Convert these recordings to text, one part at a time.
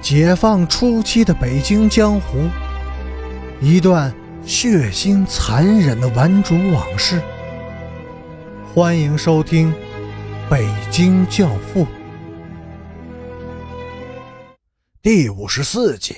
解放初期的北京江湖，一段血腥残忍的顽主往事。欢迎收听《北京教父》 第54集。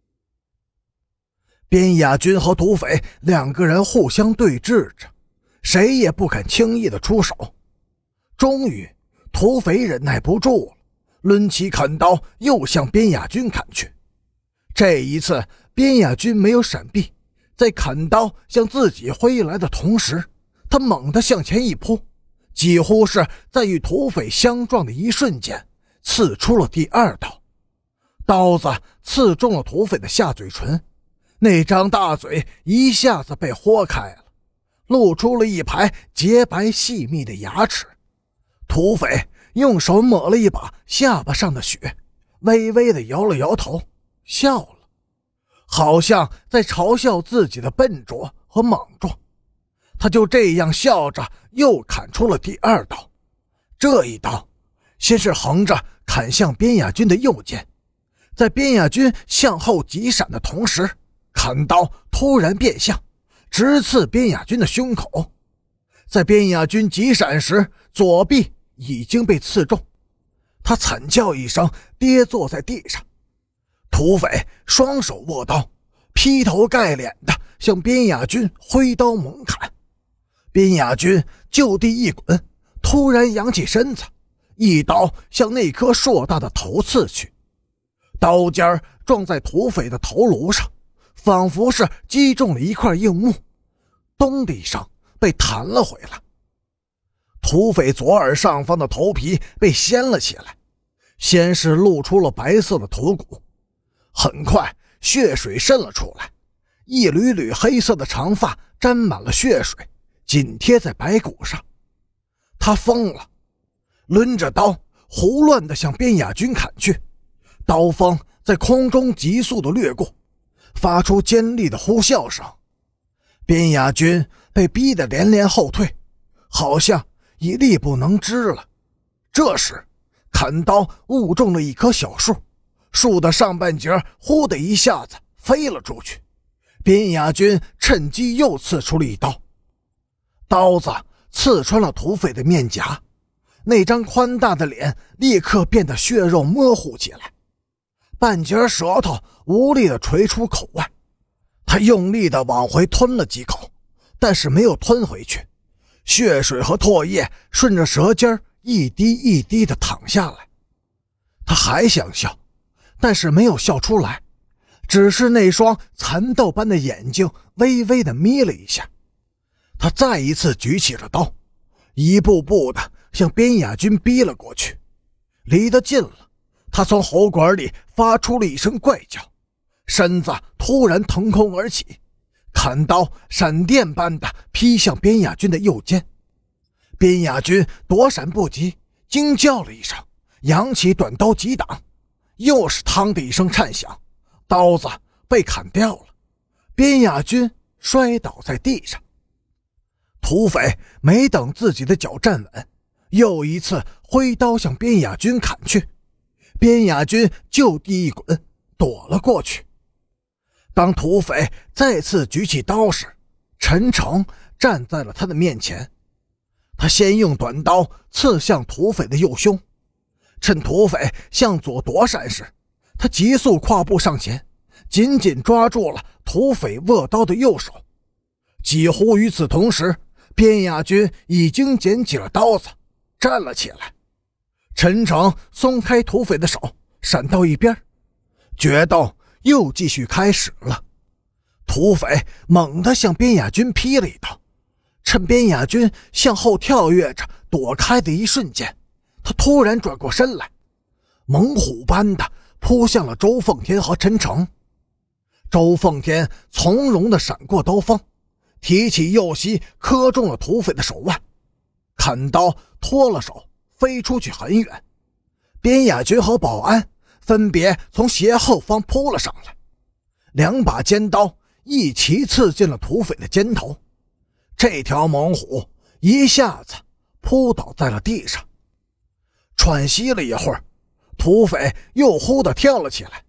边雅军和土匪两个人互相对峙着，谁也不肯轻易的出手。终于土匪忍耐不住了，抡起砍刀又向边雅军砍去。这一次边雅军没有闪避，在砍刀向自己挥来的同时，他猛地向前一扑，几乎是在与土匪相撞的一瞬间刺出了第二刀。刀子刺中了土匪的下嘴唇，那张大嘴一下子被豁开了，露出了一排洁白细密的牙齿。土匪用手抹了一把下巴上的血，微微地摇了摇头，笑了，好像在嘲笑自己的笨拙和莽撞。他就这样笑着又砍出了第二刀。这一刀先是横着砍向边雅军的右肩，在边雅军向后急闪的同时，砍刀突然变向，直刺边雅军的胸口。在边雅军急闪时，左臂已经被刺中，他惨叫一声，跌坐在地上。土匪双手握刀，劈头盖脸的向边雅军挥刀猛砍。边雅军就地一滚，突然扬起身子，一刀向那颗硕大的头刺去。刀尖撞在土匪的头颅上，仿佛是击中了一块硬木，咚的一声被弹了回来。土匪左耳上方的头皮被掀了起来，先是露出了白色的头骨，很快血水渗了出来，一缕缕黑色的长发沾满了血水，紧贴在白骨上。他疯了，抡着刀胡乱地向边雅军砍去，刀锋在空中急速地掠过，发出尖利的呼啸声。边雅军被逼得连连后退，好像已力不能支了。这时砍刀误中了一棵小树，树的上半截忽的一下子飞了出去，边雅军趁机又刺出了一刀。刀子刺穿了土匪的面颊，那张宽大的脸立刻变得血肉模糊起来，半截舌头无力地垂出口外。他用力地往回吞了几口，但是没有吞回去，血水和唾液顺着舌尖一滴一滴地淌下来。他还想笑，但是没有笑出来，只是那双蚕豆般的眼睛微微地眯了一下。他再一次举起了刀，一步步地向边雅军逼了过去。离得近了，他从喉管里发出了一声怪叫，身子突然腾空而起，砍刀闪电般的劈向边雅军的右肩。边雅军躲闪不及，惊叫了一声，扬起短刀急挡，又是嘡的一声颤响，刀子被砍掉了，边雅军摔倒在地上。土匪没等自己的脚站稳，又一次挥刀向边雅军砍去，边雅军就地一滚，躲了过去。当土匪再次举起刀时，陈诚站在了他的面前。他先用短刀刺向土匪的右胸，趁土匪向左躲闪时，他急速跨步上前，紧紧抓住了土匪握刀的右手。几乎与此同时，边雅军已经捡起了刀子，站了起来。陈诚松开土匪的手，闪到一边，决斗又继续开始了。土匪猛地向边雅军劈了一刀，趁边雅军向后跳跃着躲开的一瞬间，他突然转过身来，猛虎般的扑向了周凤天和陈诚。周凤天从容地闪过刀锋，提起右膝磕中了土匪的手腕，砍刀脱了手，飞出去很远。边雅军和保安分别从斜后方扑了上来，两把尖刀一齐刺进了土匪的肩头。这条猛虎一下子扑倒在了地上。喘息了一会儿，土匪又忽地跳了起来，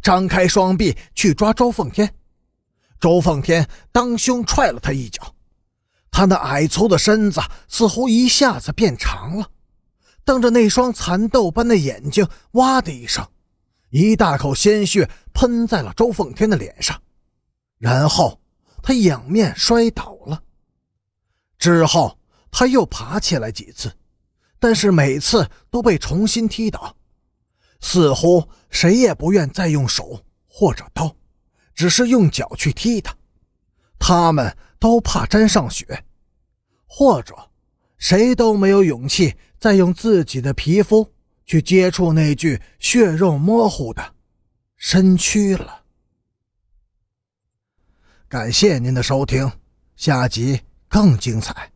张开双臂去抓周奉天。周奉天当胸踹了他一脚，他那矮粗的身子似乎一下子变长了，瞪着那双蚕豆般的眼睛，哇的一声，一大口鲜血喷在了周奉天的脸上，然后他仰面摔倒了。之后他又爬起来几次，但是每次都被重新踢倒，似乎谁也不愿再用手或者刀，只是用脚去踢他。他们都怕沾上血，或者谁都没有勇气再用自己的皮肤去接触那具血肉模糊的身躯了。感谢您的收听，下集更精彩。